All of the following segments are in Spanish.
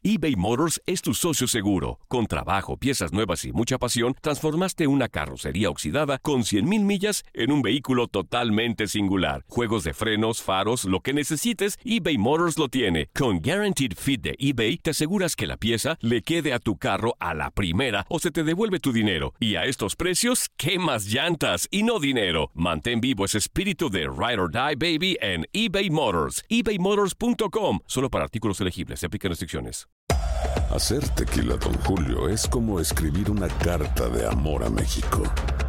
eBay Motors es tu socio seguro. Con trabajo, piezas nuevas y mucha pasión, transformaste una carrocería oxidada con 100,000 millas en un vehículo totalmente singular. Juegos de frenos, faros, lo que necesites, eBay Motors lo tiene. Con Guaranteed Fit de eBay, te aseguras que la pieza le quede a tu carro a la primera o se te devuelve tu dinero. Y a estos precios, ¿qué más llantas y no dinero? Mantén vivo ese espíritu de Ride or Die, baby, en eBay Motors. ebaymotors.com. Solo para artículos elegibles. Se aplican restricciones. Hacer tequila Don Julio es como escribir una carta de amor a México.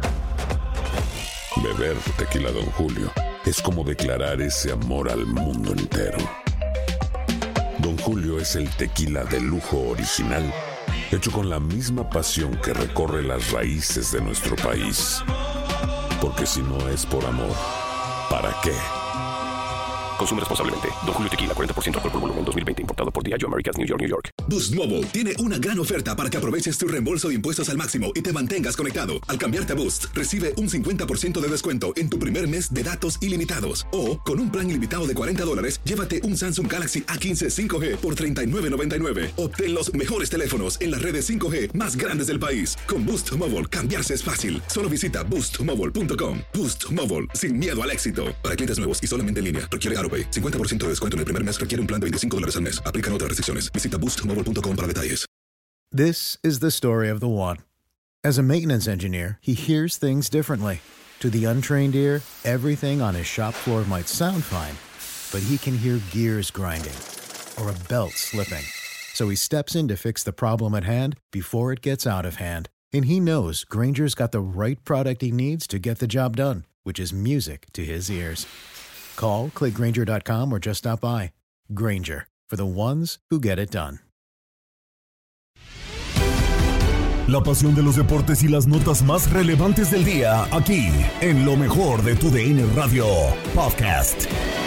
Beber tequila Don Julio es como declarar ese amor al mundo entero. Don Julio es el tequila de lujo original, hecho con la misma pasión que recorre las raíces de nuestro país. Porque si no es por amor, ¿para qué? Consume responsablemente. Don Julio Tequila, 40% alcohol por volumen, 2020. Importado por Diageo Americas, New York, New York. Boost Mobile tiene una gran oferta para que aproveches tu reembolso de impuestos al máximo y te mantengas conectado. Al cambiarte a Boost, recibe un 50% de descuento en tu primer mes de datos ilimitados. O, con un plan ilimitado de $40, llévate un Samsung Galaxy A15 5G por $39.99. Obtén los mejores teléfonos en las redes 5G más grandes del país. Con Boost Mobile, cambiarse es fácil. Solo visita boostmobile.com. Boost Mobile, sin miedo al éxito. Para clientes nuevos y solamente en línea, requiere AroPay. 50% de descuento en el primer mes requiere un plan de $25 al mes. Aplican otras restricciones. Visita boostmobile.com para detalles. This is the story of the one. As a maintenance engineer, he hears things differently. To the untrained ear, everything on his shop floor might sound fine, but he can hear gears grinding or a belt slipping. So he steps in to fix the problem at hand before it gets out of hand. And he knows Grainger's got the right product he needs to get the job done, which is music to his ears. Call, click Grainger.com or just stop by. Grainger, for the ones who get it done. La pasión de los deportes y las notas más relevantes del día, aquí, en lo mejor de tu DN Radio Podcast.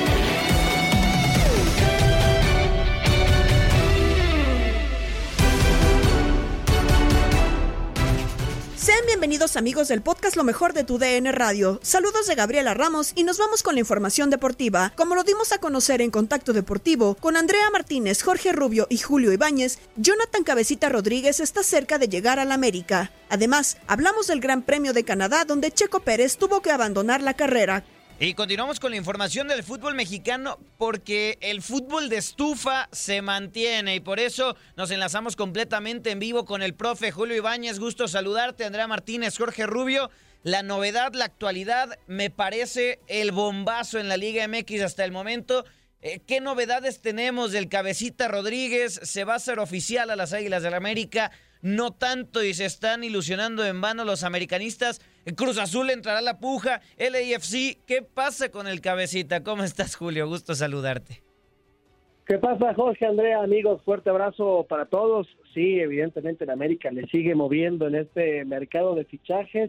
Sean bienvenidos amigos del podcast Lo Mejor de tu DN Radio. Saludos de Gabriela Ramos y nos vamos con la información deportiva. Como lo dimos a conocer en Contacto Deportivo, con Andrea Martínez, Jorge Rubio y Julio Ibáñez, Jonathan Cabecita Rodríguez está cerca de llegar al América. Además, hablamos del Gran Premio de Canadá, donde Checo Pérez tuvo que abandonar la carrera. Y continuamos con la información del fútbol mexicano porque el fútbol de estufa se mantiene y por eso nos enlazamos completamente en vivo con el profe Julio Ibáñez. Gusto saludarte, Andrea Martínez, Jorge Rubio. La novedad, la actualidad, me parece el bombazo en la Liga MX hasta el momento. ¿Qué novedades tenemos del Cabecita Rodríguez? ¿Se va a hacer oficial a las Águilas del América? No tanto y se están ilusionando en vano los americanistas. Cruz Azul entrará a la puja, LAFC. ¿Qué pasa con el Cabecita? ¿Cómo estás, Julio? Gusto saludarte. ¿Qué pasa, Jorge, Andrea, amigos? Fuerte abrazo para todos. Sí, evidentemente el América le sigue moviendo en este mercado de fichajes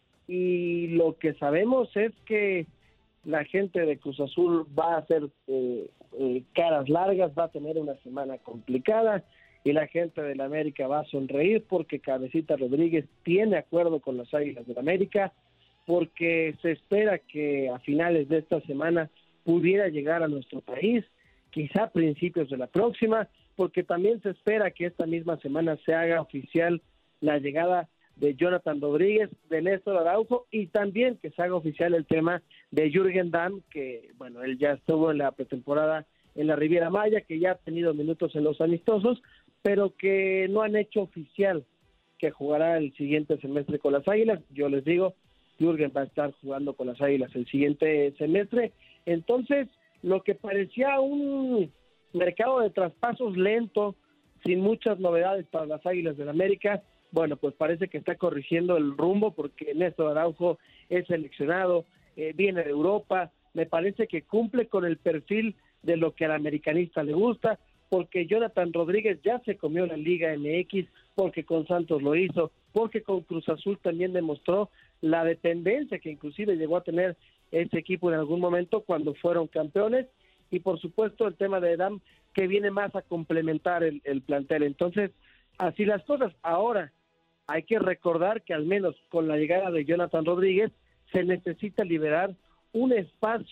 y lo que sabemos es que la gente de Cruz Azul va a hacer caras largas, va a tener una semana complicada y la gente del América va a sonreír porque Cabecita Rodríguez tiene acuerdo con las Águilas del América, porque se espera que a finales de esta semana pudiera llegar a nuestro país, quizá a principios de la próxima, porque también se espera que esta misma semana se haga oficial la llegada de Jonathan Rodríguez, de Néstor Araujo y también que se haga oficial el tema de Jürgen Damm, que bueno, él ya estuvo en la pretemporada en la Riviera Maya, que ya ha tenido minutos en los amistosos, pero que no han hecho oficial que jugará el siguiente semestre con las Águilas. Yo les digo, Jürgen va a estar jugando con las Águilas el siguiente semestre. Entonces, lo que parecía un mercado de traspasos lento, sin muchas novedades para las Águilas del América, bueno, pues parece que está corrigiendo el rumbo porque Néstor Araujo es seleccionado, viene de Europa, me parece que cumple con el perfil de lo que al americanista le gusta, porque Jonathan Rodríguez ya se comió la Liga MX, porque con Santos lo hizo, porque con Cruz Azul también demostró la dependencia que inclusive llegó a tener ese equipo en algún momento cuando fueron campeones, y por supuesto el tema de Damm, que viene más a complementar el plantel. Entonces, así las cosas. Ahora, hay que recordar que al menos con la llegada de Jonathan Rodríguez se necesita liberar un espacio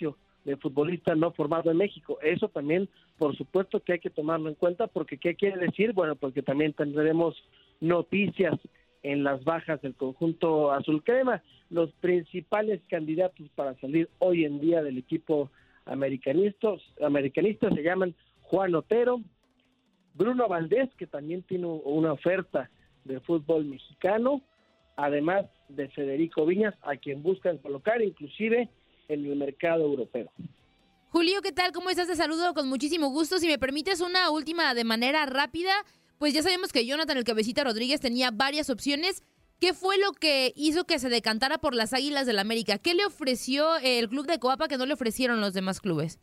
de futbolista no formado en México. Eso también, por supuesto, que hay que tomarlo en cuenta, porque ¿qué quiere decir? Bueno, porque también tendremos noticias en las bajas del conjunto azul crema. Los principales candidatos para salir hoy en día del equipo americanista se llaman Juan Otero, Bruno Valdés, que también tiene una oferta de fútbol mexicano, además de Federico Viñas, a quien buscan colocar inclusive en el mercado europeo. Julio, ¿qué tal? ¿Cómo estás? Te saludo con muchísimo gusto. Si me permites una última de manera rápida, pues ya sabemos que Jonathan el Cabecita Rodríguez tenía varias opciones. ¿Qué fue lo que hizo que se decantara por las Águilas del América? ¿Qué le ofreció el club de Coapa que no le ofrecieron los demás clubes?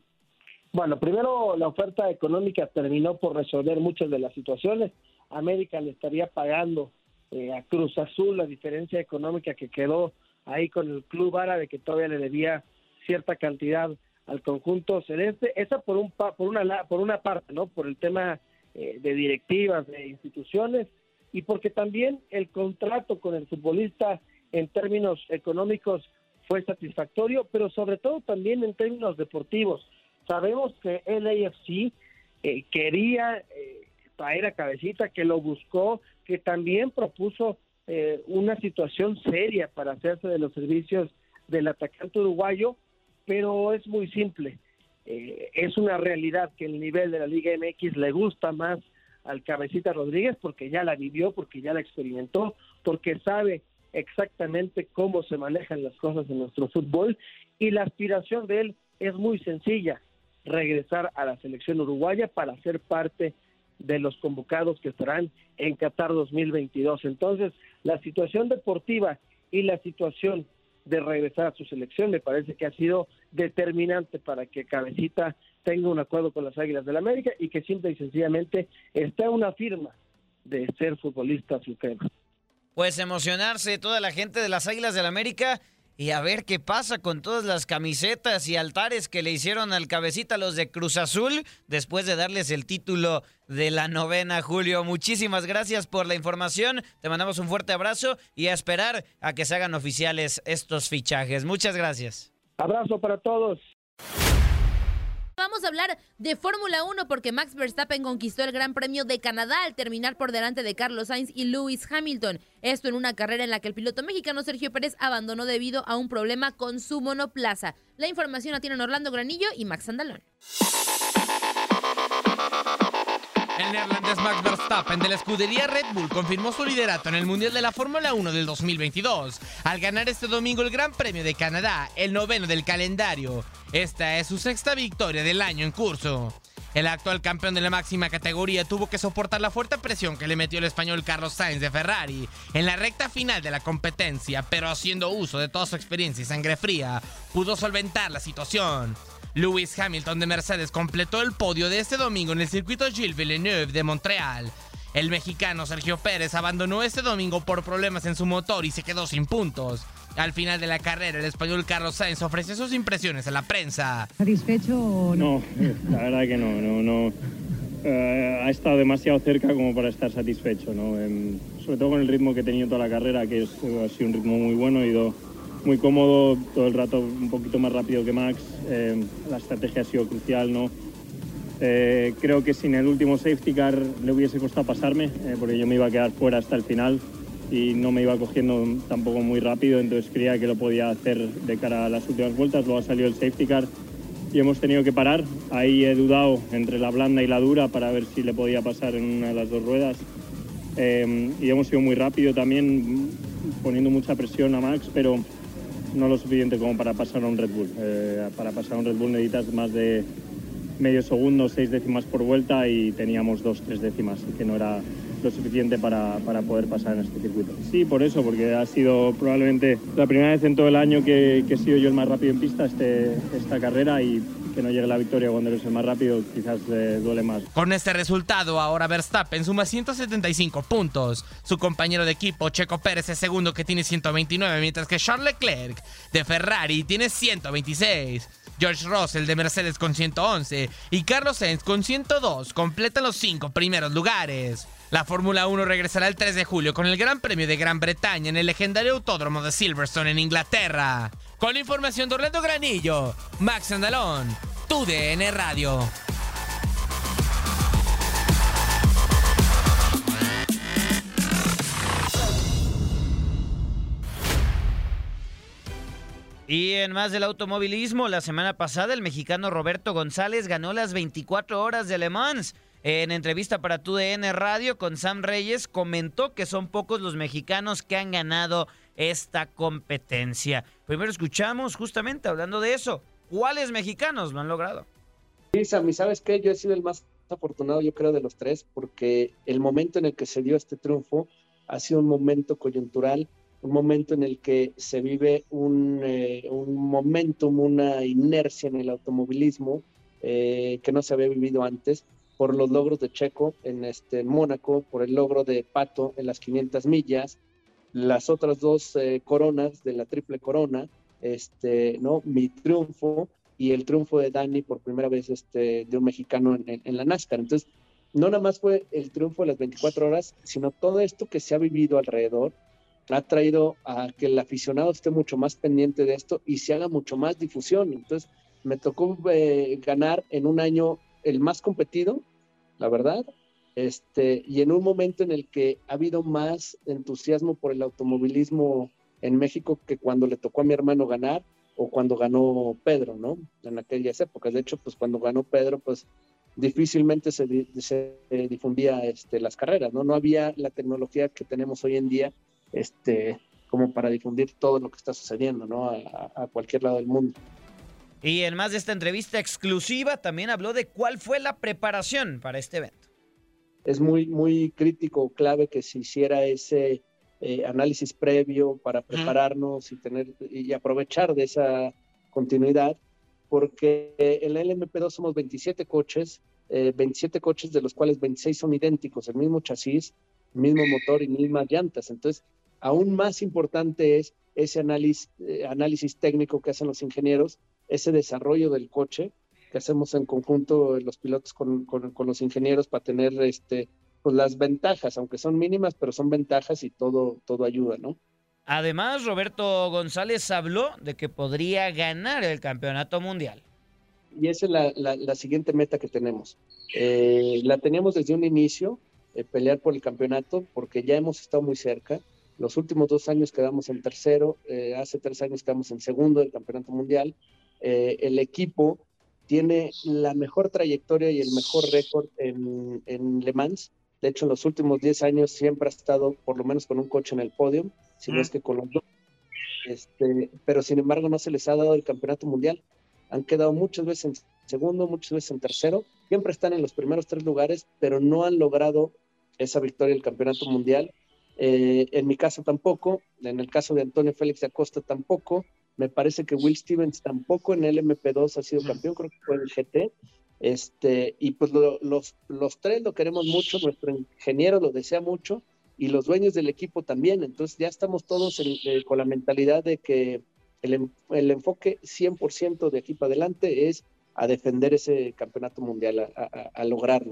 Bueno, primero la oferta económica terminó por resolver muchas de las situaciones. América le estaría pagando a Cruz Azul la diferencia económica que quedó ahí con el club árabe, que todavía le debía cierta cantidad al conjunto celeste. Esa por una parte, ¿no? Por el tema de directivas, de instituciones, y porque también el contrato con el futbolista en términos económicos fue satisfactorio, pero sobre todo también en términos deportivos. Sabemos que el LAFC quería traer a Cabecita, que lo buscó, que también propuso una situación seria para hacerse de los servicios del atacante uruguayo, pero es muy simple. Es una realidad que el nivel de la Liga MX le gusta más al Cabecita Rodríguez, porque ya la vivió, porque ya la experimentó, porque sabe exactamente cómo se manejan las cosas en nuestro fútbol, y la aspiración de él es muy sencilla: regresar a la selección uruguaya para ser parte de los convocados que estarán en Qatar 2022. Entonces, la situación deportiva y la situación de regresar a su selección me parece que ha sido determinante para que Cabecita tenga un acuerdo con las Águilas del América y que simple y sencillamente está una firma de ser futbolista azulcrema. Pues emocionarse toda la gente de las Águilas del América y a ver qué pasa con todas las camisetas y altares que le hicieron al Cabecita los de Cruz Azul después de darles el título de la 9ª, Julio. Muchísimas gracias por la información, te mandamos un fuerte abrazo y a esperar a que se hagan oficiales estos fichajes. Muchas gracias. Abrazo para todos. Vamos a hablar de Fórmula 1 porque Max Verstappen conquistó el Gran Premio de Canadá al terminar por delante de Carlos Sainz y Lewis Hamilton. Esto en una carrera en la que el piloto mexicano Sergio Pérez abandonó debido a un problema con su monoplaza. La información la tienen Orlando Granillo y Max Andalón. El neerlandés Max Verstappen de la escudería Red Bull confirmó su liderato en el Mundial de la Fórmula 1 del 2022 al ganar este domingo el Gran Premio de Canadá, el 9º del calendario. Esta es su 6ª victoria del año en curso. El actual campeón de la máxima categoría tuvo que soportar la fuerte presión que le metió el español Carlos Sainz de Ferrari en la recta final de la competencia, pero haciendo uso de toda su experiencia y sangre fría, pudo solventar la situación. Lewis Hamilton de Mercedes completó el podio de este domingo en el circuito Gilles Villeneuve de Montreal. El mexicano Sergio Pérez abandonó este domingo por problemas en su motor y se quedó sin puntos. Al final de la carrera, el español Carlos Sainz ofreció sus impresiones a la prensa. ¿Satisfecho o no? No, la verdad que no. Ha estado demasiado cerca como para estar satisfecho, ¿no? Sobre todo con el ritmo que he tenido toda la carrera, que ha sido un ritmo muy bueno, he ido muy cómodo, todo el rato un poquito más rápido que Max. La estrategia ha sido crucial, ¿no? Creo que sin el último safety car le hubiese costado pasarme, porque yo me iba a quedar fuera hasta el final y no me iba cogiendo tampoco muy rápido, entonces creía que lo podía hacer de cara a las últimas vueltas. Luego ha salido el safety car y hemos tenido que parar. Ahí he dudado entre la blanda y la dura para ver si le podía pasar en una de las dos ruedas. Y hemos ido muy rápido también, poniendo mucha presión a Max, pero no lo suficiente como para pasar a un Red Bull. Para pasar a un Red Bull necesitas más de medio segundo, 6 décimas por vuelta, y teníamos 2-3 décimas, que no era lo suficiente para poder pasar en este circuito. Sí, por eso, porque ha sido probablemente la primera vez en todo el año que he sido yo el más rápido en pista esta carrera, y que no llegue la victoria cuando eres el más rápido quizás duele más. Con este resultado, ahora Verstappen suma 175 puntos. Su compañero de equipo, Checo Pérez, es segundo, que tiene 129, mientras que Charles Leclerc de Ferrari tiene 126. George Russell de Mercedes con 111 y Carlos Sainz con 102 completan los 5 primeros lugares. La Fórmula 1 regresará el 3 de julio con el Gran Premio de Gran Bretaña en el legendario autódromo de Silverstone en Inglaterra. Con la información de Orlando Granillo, Max Andalón, TUDN Radio. Y en más del automovilismo, la semana pasada el mexicano Roberto González ganó las 24 horas de Le Mans. En entrevista para TUDN Radio con Sam Reyes, comentó que son pocos los mexicanos que han ganado esta competencia. Primero escuchamos justamente hablando de eso. ¿Cuáles mexicanos lo han logrado? Sí, Sammy, ¿sabes qué? Yo he sido el más afortunado, yo creo, de los tres, porque el momento en el que se dio este triunfo ha sido un momento coyuntural, un momento en el que se vive un momentum, una inercia en el automovilismo que no se había vivido antes, por los logros de Checo en Mónaco, por el logro de Pato en las 500 millas, las otras dos coronas de la triple corona, ¿no? Mi triunfo y el triunfo de Dani por primera vez de un mexicano en la NASCAR. Entonces, no nada más fue el triunfo de las 24 horas, sino todo esto que se ha vivido alrededor ha traído a que el aficionado esté mucho más pendiente de esto y se haga mucho más difusión. Entonces, me tocó ganar en un año el más competido, la verdad, y en un momento en el que ha habido más entusiasmo por el automovilismo en México que cuando le tocó a mi hermano ganar o cuando ganó Pedro, ¿no? En aquellas épocas. De hecho, pues cuando ganó Pedro, pues difícilmente se difundía las carreras, ¿no? No había la tecnología que tenemos hoy en día, como para difundir todo lo que está sucediendo, ¿no? A cualquier lado del mundo. Y en más de esta entrevista exclusiva, también habló de cuál fue la preparación para este evento. Es muy, muy crítico, clave que se hiciera ese análisis previo para prepararnos y aprovechar de esa continuidad, porque en la LMP2 somos 27 coches de los cuales 26 son idénticos, el mismo chasis, mismo motor y mismas llantas. Entonces, aún más importante es ese análisis técnico que hacen los ingenieros, ese desarrollo del coche que hacemos en conjunto los pilotos con los ingenieros para tener pues las ventajas, aunque son mínimas, pero son ventajas y todo ayuda, ¿no? Además, Roberto González habló de que podría ganar el campeonato mundial. Y esa es la siguiente meta que tenemos. La teníamos desde un inicio, pelear por el campeonato, porque ya hemos estado muy cerca. Los últimos 2 años quedamos en tercero, hace 3 años quedamos en segundo del campeonato mundial. El equipo tiene la mejor trayectoria y el mejor récord en Le Mans. De hecho, en los últimos 10 años siempre ha estado por lo menos con un coche en el podio, si no es que con los dos. Pero sin embargo no se les ha dado el campeonato mundial. Han quedado muchas veces en segundo, muchas veces en tercero. Siempre están en los primeros 3 lugares, pero no han logrado esa victoria del campeonato mundial. En mi caso tampoco, en el caso de Antonio Félix de Acosta tampoco, me parece que Will Stevens tampoco en el MP2 ha sido campeón, creo que fue en el GT, y pues los tres lo queremos mucho, nuestro ingeniero lo desea mucho, y los dueños del equipo también. Entonces ya estamos todos con la mentalidad de que el enfoque 100% de aquí para adelante es a defender ese campeonato mundial, a lograrlo.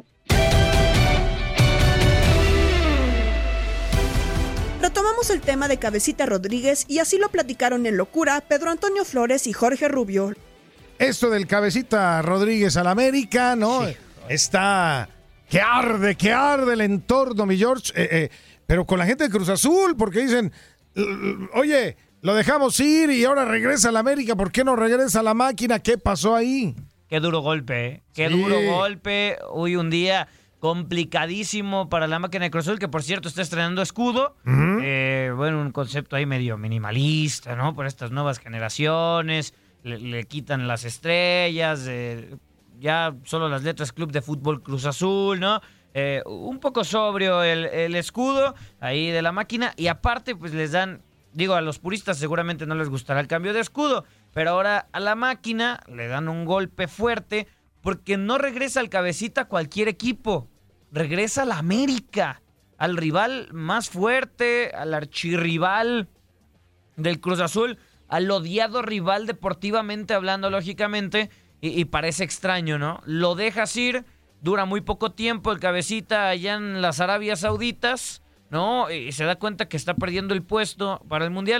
Retomamos el tema de Cabecita Rodríguez y así lo platicaron en Locura Pedro Antonio Flores y Jorge Rubio. Esto del Cabecita Rodríguez al América, ¿no? Sí. Está que arde el entorno, mi George, pero con la gente de Cruz Azul, porque dicen, oye, lo dejamos ir y ahora regresa al América, ¿por qué no regresa a la máquina? ¿Qué pasó ahí? Qué duro golpe, ¿eh? Qué duro golpe. Hoy un día complicadísimo para la máquina de Cruz Azul, que por cierto está estrenando escudo. Bueno, un concepto ahí medio minimalista, ¿no? Por estas nuevas generaciones, le quitan las estrellas, ya solo las letras Club de Fútbol Cruz Azul, ¿no? Un poco sobrio el escudo ahí de la máquina, y aparte pues les dan, digo, a los puristas seguramente no les gustará el cambio de escudo, pero ahora a la máquina le dan un golpe fuerte, porque no regresa al Cabecita cualquier equipo, regresa al América, al rival más fuerte, al archirrival del Cruz Azul, al odiado rival deportivamente hablando, lógicamente, y parece extraño, ¿no? Lo dejas ir, dura muy poco tiempo el Cabecita allá en las Arabias Sauditas, ¿no? Y se da cuenta que está perdiendo el puesto para el Mundial,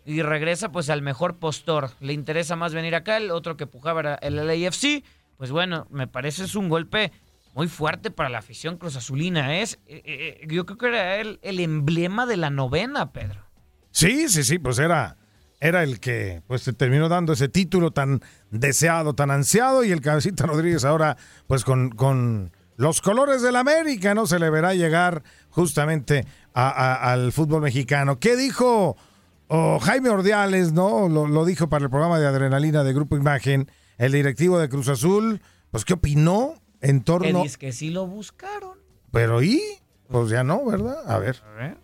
y regresa pues al mejor postor. Le interesa más venir acá, el otro que pujaba era el LAFC. Pues bueno, me parece es un golpe muy fuerte para la afición cruzazulina. Yo creo que era el emblema de la novena, Pedro. Sí, pues era el que pues se terminó dando ese título tan deseado, tan ansiado, y el Cabecita Rodríguez ahora pues con los colores del América, ¿no? Se le verá llegar justamente al fútbol mexicano. ¿Qué dijo Jaime Ordiales, no? Lo dijo para el programa de Adrenalina de Grupo Imagen, el directivo de Cruz Azul. Pues, ¿qué opinó en torno? Que dice que sí lo buscaron. Pero pues ya no, ¿verdad? A ver.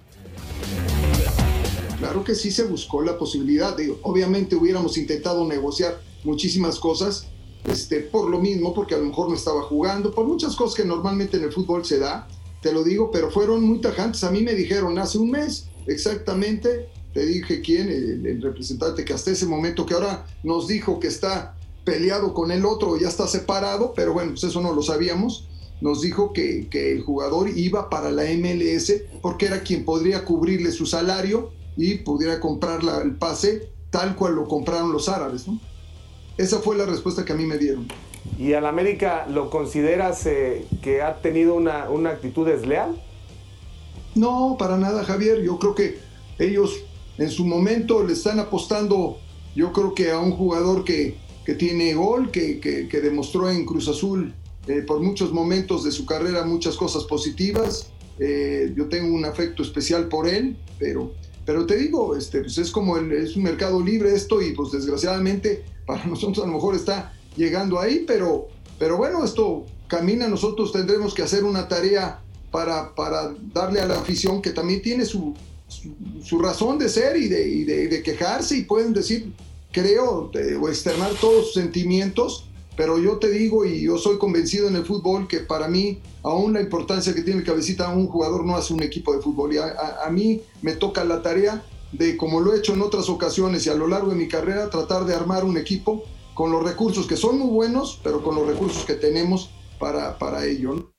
Claro que sí se buscó la posibilidad. Obviamente hubiéramos intentado negociar muchísimas cosas, por lo mismo, porque a lo mejor no estaba jugando, por muchas cosas que normalmente en el fútbol se da, te lo digo, pero fueron muy tajantes. A mí me dijeron hace un mes exactamente, te dije quién, el representante que hasta ese momento, que ahora nos dijo que está peleado con el otro, ya está separado, pero bueno, pues eso no lo sabíamos. Nos dijo que el jugador iba para la MLS porque era quien podría cubrirle su salario y pudiera comprar el pase tal cual lo compraron los árabes, ¿no? Esa fue la respuesta que a mí me dieron. ¿Y al América lo consideras que ha tenido una actitud desleal? No, para nada, Javier. Yo creo que ellos en su momento le están apostando, yo creo que a un jugador que tiene gol, que demostró en Cruz Azul por muchos momentos de su carrera muchas cosas positivas. Yo tengo un afecto especial por él, pero te digo, pues es como es un mercado libre esto, y pues desgraciadamente para nosotros a lo mejor está llegando ahí, pero bueno, esto camina. Nosotros tendremos que hacer una tarea para darle a la afición, que también tiene su razón de ser y de quejarse, y pueden decir, creo, o externar todos sus sentimientos. Pero yo te digo, y yo soy convencido en el fútbol, que para mí, aún la importancia que tiene el Cabecita, un jugador no hace un equipo de fútbol. Y a mí me toca la tarea de, como lo he hecho en otras ocasiones y a lo largo de mi carrera, tratar de armar un equipo con los recursos que son muy buenos, pero con los recursos que tenemos para ello, ¿no?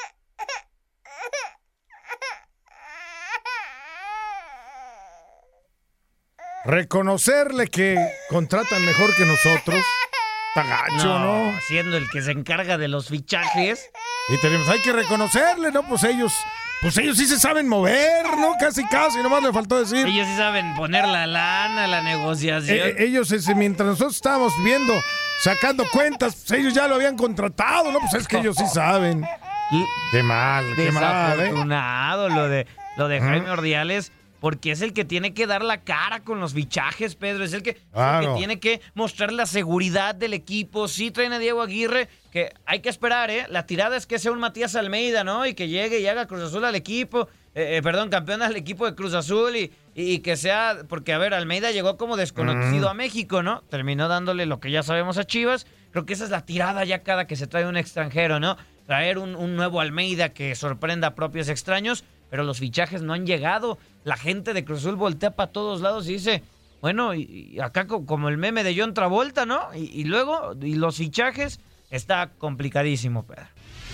Reconocerle que contratan mejor que nosotros. Tagacho, ¿no? Siendo el que se encarga de los fichajes. Y hay que reconocerle, ¿no? Pues ellos sí se saben mover, ¿no? Casi, nomás le faltó decir. Ellos sí saben poner la lana, la negociación. Ellos, mientras nosotros estábamos viendo, sacando cuentas, pues ellos ya lo habían contratado, ¿no? Pues es que ellos sí saben. Qué mal, desafortunado lo de Jaime Ordiales. Porque es el que tiene que dar la cara con los fichajes, Pedro. Es el que tiene que mostrar la seguridad del equipo. Sí traen a Diego Aguirre, que hay que esperar, ¿eh? La tirada es que sea un Matías Almeida, ¿no? Y que llegue y haga Cruz Azul al equipo. Campeón al equipo de Cruz Azul. Y que sea... Porque, a ver, Almeida llegó como desconocido a México, ¿no? Terminó dándole lo que ya sabemos a Chivas. Creo que esa es la tirada ya cada que se trae un extranjero, ¿no? Traer un nuevo Almeida que sorprenda a propios extraños. Pero los fichajes no han llegado. La gente de Cruz Azul voltea para todos lados y dice, bueno, y acá como el meme de John Travolta, ¿no? Y luego, los fichajes, está complicadísimo, Pedro.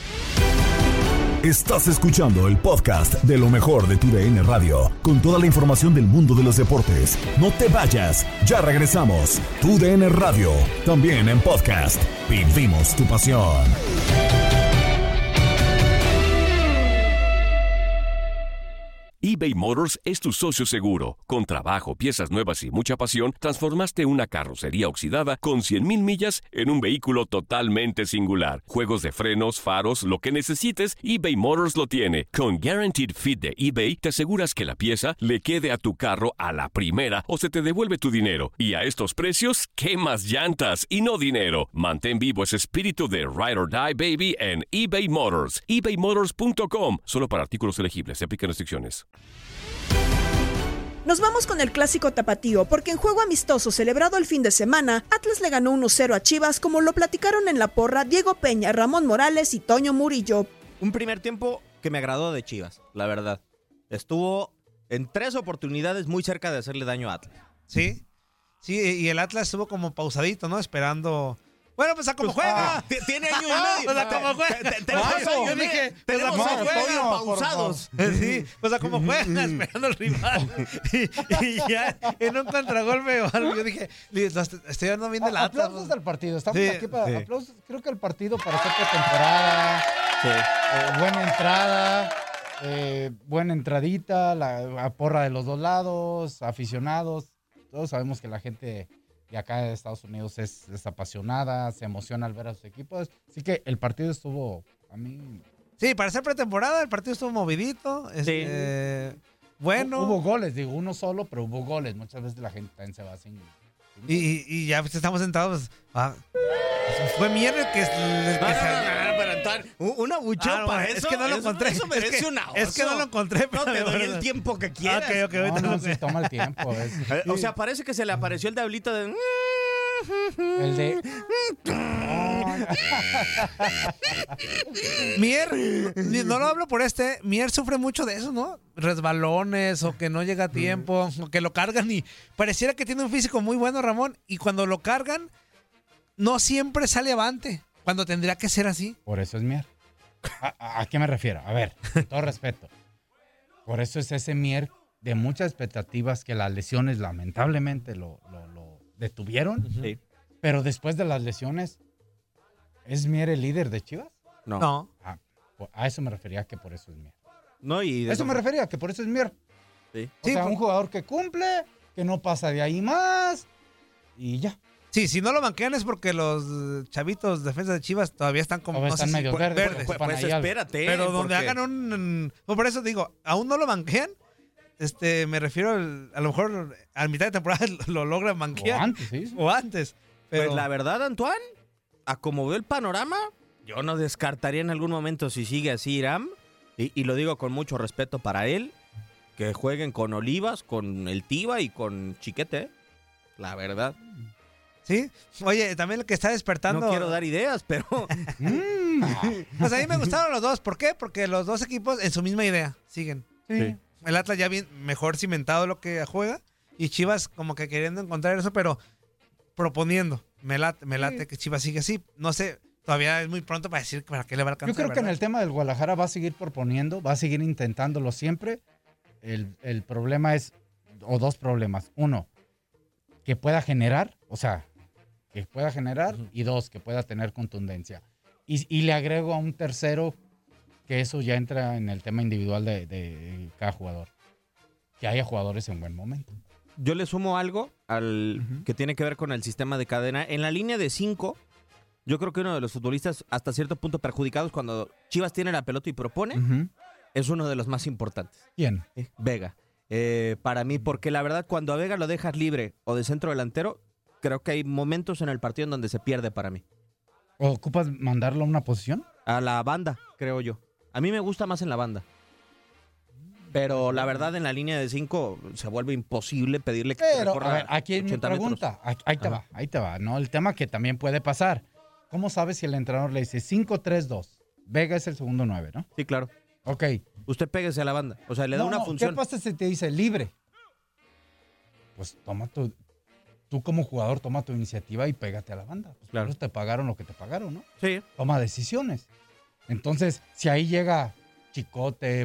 Estás escuchando el podcast de lo mejor de tu DN Radio, con toda la información del mundo de los deportes. No te vayas, ya regresamos. Tu DN Radio, también en podcast. Vivimos tu pasión. eBay Motors es tu socio seguro. Con trabajo, piezas nuevas y mucha pasión, transformaste una carrocería oxidada con 100,000 millas en un vehículo totalmente singular. Juegos de frenos, faros, lo que necesites, eBay Motors lo tiene. Con Guaranteed Fit de eBay, te aseguras que la pieza le quede a tu carro a la primera o se te devuelve tu dinero. Y a estos precios, ¿quemas llantas y no dinero? Mantén vivo ese espíritu de Ride or Die, baby, en eBay Motors. ebaymotors.com. Solo para artículos elegibles. Se aplican restricciones. Nos vamos con el clásico tapatío, porque en juego amistoso celebrado el fin de semana, Atlas le ganó 1-0 a Chivas, como lo platicaron en la porra Diego Peña, Ramón Morales y Toño Murillo. Un primer tiempo que me agradó de Chivas, la verdad. Estuvo en 3 oportunidades muy cerca de hacerle daño a Atlas. Sí, y el Atlas estuvo como pausadito, ¿no? Esperando Bueno, pues a cómo juega. Tiene año y medio. Pues a cómo juega. Yo dije, tenemos Antonio pausados. Sí, pues a cómo juega, esperando al rival. Y ya en un contragolpe o algo, yo dije, estoy dando bien de la aplausos del partido. Estamos Sí, aquí para sí. aplausos. Creo que el partido para hacer pretemporada, buena entrada, buena entradita, la porra de los dos lados, aficionados. Todos sabemos que la gente de acá de Estados Unidos es apasionada, se emociona al ver a sus equipos. Así que el partido estuvo, a mí... Sí, para hacer pretemporada el partido estuvo movidito. Bueno. Hubo goles, digo, uno solo, pero hubo goles. Muchas veces la gente también se va sin... Y ya pues, estamos sentados. Fue Mier el que pero Antoine, un abucheo para eso. Es que no lo encontré. Eso merece una oso. Es que no lo encontré. No, te doy el tiempo que quieras. Ok, ahorita no se toma el tiempo. O sea, parece que se le apareció el diablito de... El de... Mier, no lo hablo por Mier sufre mucho de eso, ¿no? Resbalones o que no llega a tiempo, o que lo cargan y pareciera que tiene un físico muy bueno, Ramón, y cuando lo cargan, no siempre sale avante, cuando tendría que ser así. Por eso es Mier. ¿A qué me refiero? A ver, con todo respeto. Por eso es ese Mier de muchas expectativas que las lesiones lamentablemente lo detuvieron. Sí. Pero después de las lesiones, ¿es Mier el líder de Chivas? No. A eso me refería que por eso es Mier. No, y eso me refería que por eso es Mier. Sí. O sea, un jugador que cumple, que no pasa de ahí más y ya. Sí, si no lo banquean es porque los chavitos defensas de Chivas todavía están como... Todavía están medio verdes. Pues espérate. Pero donde hagan un... Por eso digo, aún no lo banquean. Me refiero a lo mejor a mitad de temporada lo logran banquear. O antes, sí. O antes. Pero... Pues la verdad, Antoine, a como veo el panorama, yo no descartaría en algún momento si sigue así Iram, y lo digo con mucho respeto para él, que jueguen con Olivas, con el Tiva y con Chiquete, la verdad. Sí, oye, también el que está despertando... No quiero dar ideas, pero... Pues a mí me gustaron los dos. ¿Por qué? Porque los dos equipos en su misma idea siguen. Sí. El Atlas ya bien mejor cimentado lo que juega y Chivas como que queriendo encontrar eso, pero proponiendo. Me late que Chivas sigue así. No sé, todavía es muy pronto para decir para qué le va a alcanzar. Yo creo que en ¿verdad? el tema del Guadalajara va a seguir proponiendo, va a seguir intentándolo siempre. El problema es, o dos problemas. Uno, que pueda generar, y dos, que pueda tener contundencia. Y le agrego a un tercero, que eso ya entra en el tema individual de cada jugador. Que haya jugadores en buen momento. Yo le sumo algo que tiene que ver con el sistema de cadena. En la línea de 5, yo creo que uno de los futbolistas hasta cierto punto perjudicados cuando Chivas tiene la pelota y propone, es uno de los más importantes. ¿Quién? Vega. Para mí, porque la verdad cuando a Vega lo dejas libre o de centro delantero, creo que hay momentos en el partido en donde se pierde para mí. ¿Ocupas mandarlo a una posición? A la banda, creo yo. A mí me gusta más en la banda. Pero la verdad, en la línea de 5 se vuelve imposible pedirle que recorra. A ver, aquí es mi pregunta. Ahí te va, ¿no? El tema que también puede pasar. ¿Cómo sabes si el entrenador le dice 5-3-2? Vega es el segundo 9, ¿no? Sí, claro. Ok. Usted péguese a la banda. O sea, le da una función. ¿Qué pasa si te dice libre? Pues tú como jugador toma tu iniciativa y pégate a la banda. Pues claro. Te pagaron lo que te pagaron, ¿no? Sí. Toma decisiones. Entonces, si ahí llega Chicote,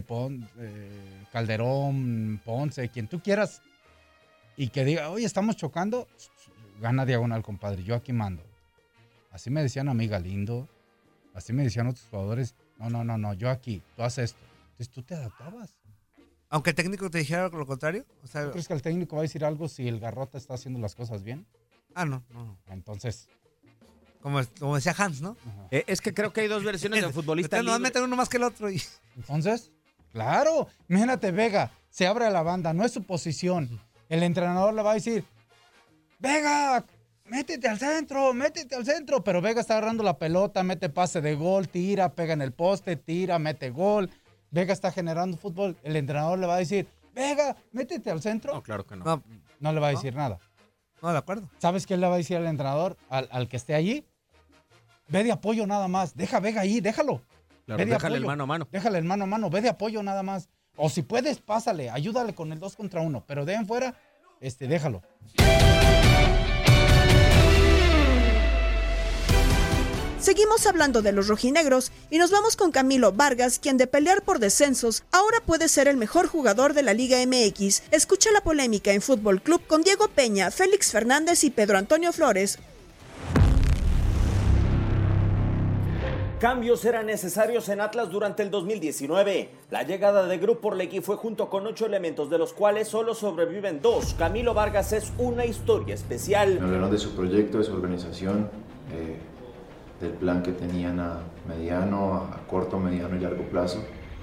Calderón, Ponce, quien tú quieras, y que diga, oye, estamos chocando, gana diagonal, compadre, yo aquí mando. Así me decían a mí Galindo, así me decían otros jugadores, no, yo aquí, tú haces esto. Entonces tú te adaptabas. Aunque el técnico te dijera lo contrario. O sea, ¿tú crees que el técnico va a decir algo si el Garrota está haciendo las cosas bien? No. Entonces... Como decía Hans, ¿no? Es que creo que hay dos versiones de futbolista. No meten uno más que el otro. Entonces, claro, imagínate, Vega, se abre a la banda, no es su posición. El entrenador le va a decir, Vega, métete al centro. Pero Vega está agarrando la pelota, mete pase de gol, tira, pega en el poste, tira, mete gol. Vega está generando fútbol. El entrenador le va a decir, Vega, métete al centro. No, claro que no. No le va a decir nada. No, de acuerdo. ¿Sabes qué le va a decir al entrenador, al que esté allí? Ve de apoyo nada más. Deja a Vega ahí, déjalo. Claro, déjale el mano a mano. Déjale el mano a mano, ve de apoyo nada más. O si puedes, pásale, ayúdale con el 2 contra 1. Pero de en fuera, déjalo. Seguimos hablando de los rojinegros y nos vamos con Camilo Vargas, quien de pelear por descensos ahora puede ser el mejor jugador de la Liga MX. Escucha la polémica en Fútbol Club con Diego Peña, Félix Fernández y Pedro Antonio Flores. Cambios eran necesarios en Atlas durante el 2019. La llegada de Grupo Orlegui fue junto con 8 elementos, de los cuales solo sobreviven 2. Camilo Vargas es una historia especial. Me hablaron de su proyecto, de su organización, del plan que tenían a mediano, a corto, mediano y largo plazo.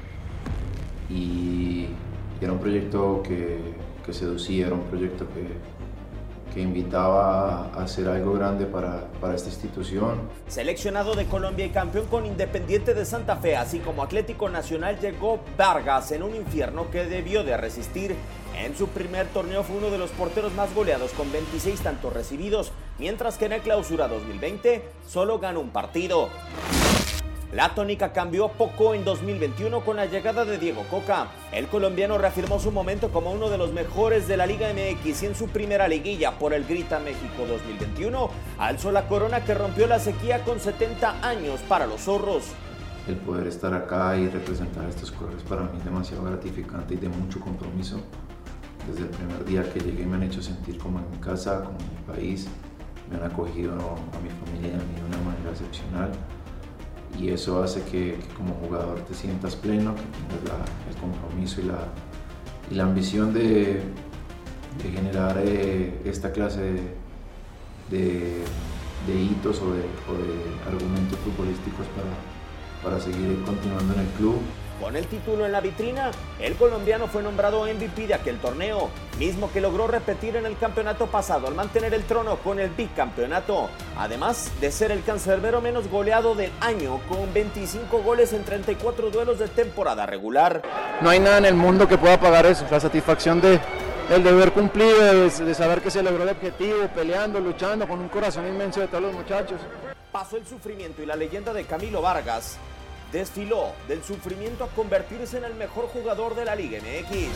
Y era un proyecto que seducía, era un proyecto que invitaba a hacer algo grande para esta institución. Seleccionado de Colombia y campeón con Independiente de Santa Fe, así como Atlético Nacional, llegó Vargas en un infierno que debió de resistir. En su primer torneo fue uno de los porteros más goleados con 26 tantos recibidos, mientras que en el Clausura 2020 solo ganó un partido. La tónica cambió poco en 2021 con la llegada de Diego Coca. El colombiano reafirmó su momento como uno de los mejores de la Liga MX y en su primera liguilla por el Grita México 2021 alzó la corona que rompió la sequía con 70 años para los zorros. El poder estar acá y representar a estos colores para mí es demasiado gratificante y de mucho compromiso. Desde el primer día que llegué me han hecho sentir como en mi casa, como en mi país. Me han acogido a mi familia y a mí de una manera excepcional. Y eso hace que como jugador te sientas pleno, que tengas el compromiso y la ambición de generar esta clase de hitos o de argumentos futbolísticos para seguir continuando en el club. Con el título en la vitrina, el colombiano fue nombrado MVP de aquel torneo, mismo que logró repetir en el campeonato pasado al mantener el trono con el bicampeonato, además de ser el cancerbero menos goleado del año con 25 goles en 34 duelos de temporada regular. No hay nada en el mundo que pueda pagar eso, la satisfacción del deber cumplido, de saber que se logró el objetivo, peleando, luchando con un corazón inmenso de todos los muchachos. Pasó el sufrimiento y la leyenda de Camilo Vargas desfiló del sufrimiento a convertirse en el mejor jugador de la Liga MX.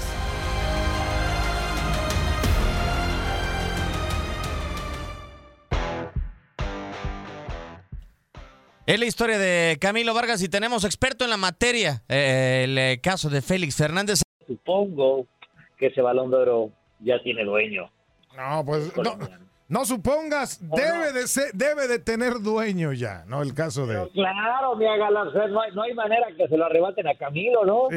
Es la historia de Camilo Vargas y tenemos experto en la materia, el caso de Félix Fernández. Supongo que ese Balón de Oro ya tiene dueño. No, pues no supongas, debe de tener dueño ya, ¿no? El caso de... Pero claro, mi Galán, no hay manera que se lo arrebaten a Camilo, ¿no?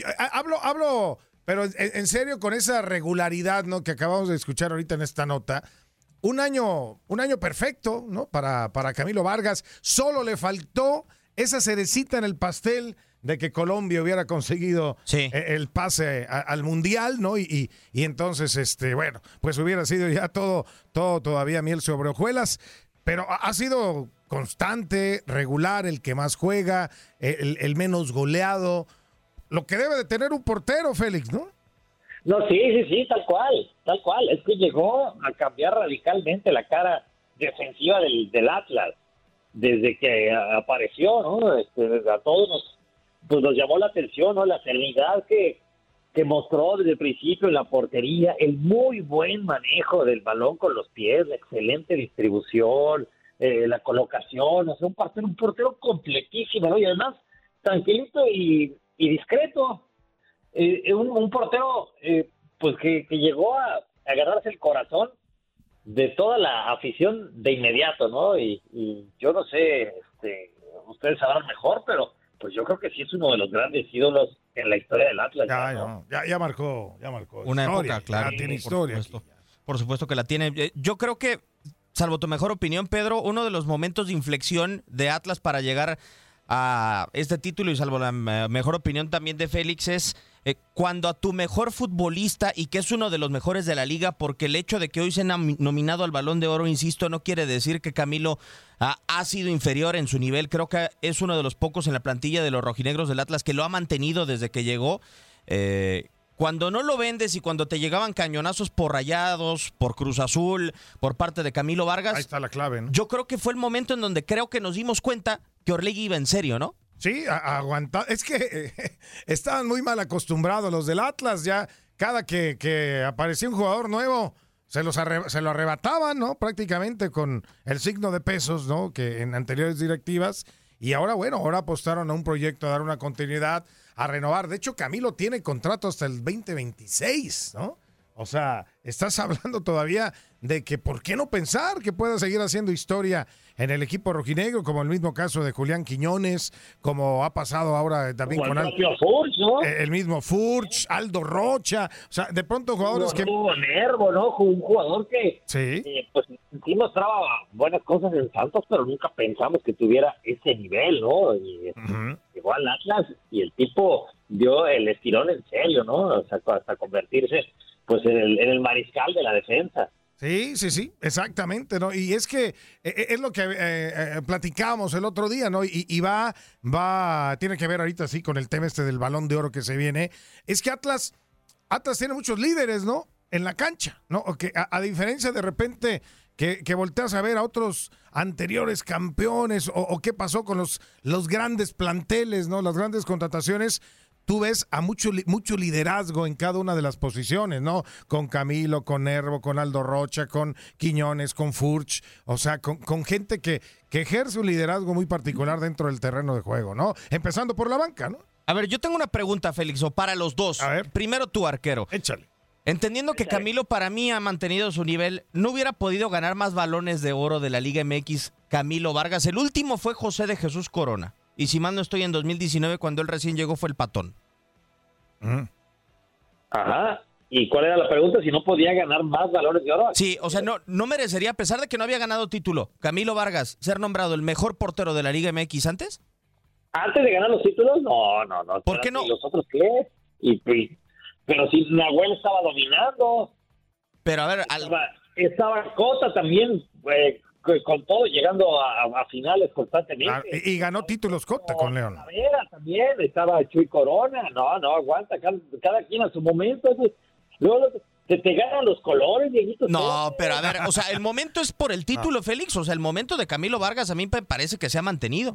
Hablo, pero en serio, con esa regularidad, ¿no? Que acabamos de escuchar ahorita en esta nota. Un año perfecto, ¿no? Para Camilo Vargas. Solo le faltó esa cerecita en el pastel de que Colombia hubiera conseguido el pase al Mundial, ¿no? Y entonces, bueno, pues hubiera sido ya todo todavía miel sobre hojuelas, pero ha sido constante, regular, el que más juega, el menos goleado, lo que debe de tener un portero, Félix, ¿no? No, sí, tal cual. Es que llegó a cambiar radicalmente la cara defensiva del Atlas desde que apareció, ¿no? A todos nos llamó la atención, ¿no? La serenidad que mostró desde el principio en la portería, el muy buen manejo del balón con los pies, la excelente distribución, la colocación, o sea, un portero completísimo, ¿no? Y además tranquilito y discreto. Un portero pues que llegó a ganarse el corazón de toda la afición de inmediato, ¿no? Y yo no sé, ustedes sabrán mejor, pero pues yo creo que sí es uno de los grandes ídolos en la historia del Atlas. Ya marcó. Una historia, época, claro. Ya tiene historia. Por supuesto que la tiene. Yo creo que, salvo tu mejor opinión, Pedro, uno de los momentos de inflexión de Atlas para llegar a este título, y salvo la mejor opinión también de Félix, es cuando a tu mejor futbolista, y que es uno de los mejores de la liga, porque el hecho de que hoy se ha nominado al Balón de Oro, insisto, no quiere decir que Camilo ha sido inferior en su nivel. Creo que es uno de los pocos en la plantilla de los rojinegros del Atlas que lo ha mantenido desde que llegó. Cuando no lo vendes y cuando te llegaban cañonazos por Rayados, por Cruz Azul, por parte de Camilo Vargas, ahí está la clave, ¿no? Yo creo que fue el momento en donde creo que nos dimos cuenta que Orlegui iba en serio, ¿no? Sí, aguantar. Es que estaban muy mal acostumbrados los del Atlas. Ya cada que aparecía un jugador nuevo, se lo arrebataban, ¿no? Prácticamente con el signo de pesos, ¿no? Que en anteriores directivas. Y ahora, bueno, ahora apostaron a un proyecto, a dar una continuidad, a renovar. De hecho, Camilo tiene contrato hasta el 2026, ¿no? O sea, estás hablando todavía de que ¿por qué no pensar que pueda seguir haciendo historia en el equipo rojinegro? Como el mismo caso de Julián Quiñones, como ha pasado ahora también Como con el propio Furch, ¿no? el mismo Furch, Aldo Rocha. O sea, de pronto jugadores que... Nervo, ¿no? Un jugador que sí, pues sí mostraba buenas cosas en Santos, pero nunca pensamos que tuviera ese nivel, ¿no? Y llegó al Atlas y el tipo dio el estirón en serio, ¿no? O sea, hasta convertirse pues en el mariscal de la defensa. Sí, exactamente, ¿no? Y es que es lo que platicábamos el otro día, ¿no? Y tiene que ver ahorita sí con el tema del Balón de Oro que se viene. Es que Atlas tiene muchos líderes, ¿no? En la cancha, ¿no? Que a diferencia de repente que volteas a ver a otros anteriores campeones o qué pasó con los grandes planteles, ¿no? Las grandes contrataciones. Tú ves a mucho liderazgo en cada una de las posiciones, ¿no? Con Camilo, con Nervo, con Aldo Rocha, con Quiñones, con Furch, o sea, con gente que ejerce un liderazgo muy particular dentro del terreno de juego, ¿no? Empezando por la banca, ¿no? A ver, yo tengo una pregunta, Félix, o para los dos. A ver. Primero tu arquero. Échale. Entendiendo que Camilo para mí ha mantenido su nivel, ¿no hubiera podido ganar más balones de oro de la Liga MX Camilo Vargas? El último fue José de Jesús Corona. Y si mal no estoy, en 2019, cuando él recién llegó, fue el Patón. Ajá. ¿Y cuál era la pregunta? Si no podía ganar más balones de oro. Sí, o sea, no merecería, a pesar de que no había ganado título, Camilo Vargas, ser nombrado el mejor portero de la Liga MX antes. ¿Antes de ganar los títulos? No. ¿Por qué no? ¿Y los otros qué? Pero si Nahuel estaba dominando. Pero a ver... Estaba Cota también, con todo, llegando a finales constantemente. Y ganó títulos Cota con León. Talavera también, estaba Chuy Corona. No, aguanta, cada quien a su momento. Luego te ganan los colores, Dieguito. No, pero a ver, o sea, el momento es por el título, Félix. O sea, el momento de Camilo Vargas a mí me parece que se ha mantenido.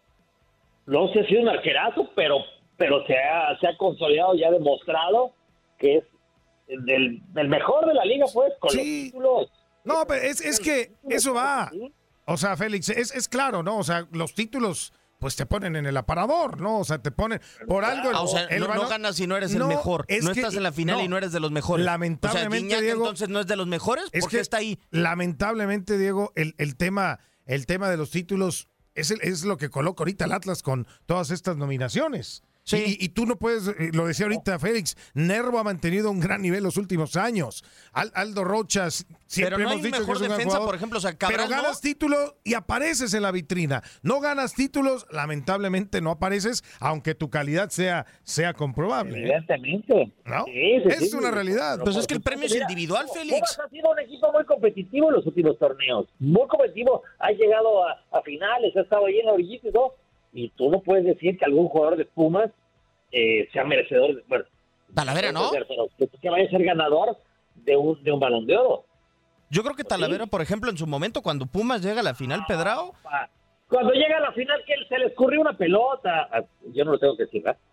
No sé si ha sido un arquerazo, pero se ha consolidado, ya demostrado que es el mejor de la liga, pues, con los títulos. No, pero es que eso va. O sea, Félix, es claro, ¿no? O sea, los títulos, pues te ponen en el aparador, ¿no? O sea, te ponen por algo. O sea, no ganas si no eres el mejor. No estás en la final y no eres de los mejores. Lamentablemente, o sea, Guiñac, Diego, entonces no es de los mejores. ¿Por qué está ahí? Lamentablemente, Diego, el tema de los títulos es lo que coloca ahorita el Atlas con todas estas nominaciones. Sí. Y tú no puedes, lo decía ahorita Félix, Nervo ha mantenido un gran nivel los últimos años. Aldo Rocha, siempre pero no hemos hay dicho mejor que es un defensa, jugador, por ejemplo, o sea, Cabral, pero ganas títulos y apareces en la vitrina. No ganas títulos, lamentablemente no apareces, aunque tu calidad sea comprobable. Evidentemente. ¿No? Sí, es una realidad. Pues es que el premio es individual, Félix. Pumas ha sido un equipo muy competitivo en los últimos torneos. Muy competitivo. Ha llegado a finales, ha estado ahí en la orillita y todo. Y tú no puedes decir que algún jugador de Pumas sea merecedor de, bueno, Talavera, ¿no? Que vaya a ser ganador de un Balón de Oro. Yo creo que Talavera, por ejemplo, en su momento, cuando Pumas llega a la final, Pedrao. Cuando llega a la final, que se le escurrió una pelota. Yo no lo tengo que decir, ¿verdad?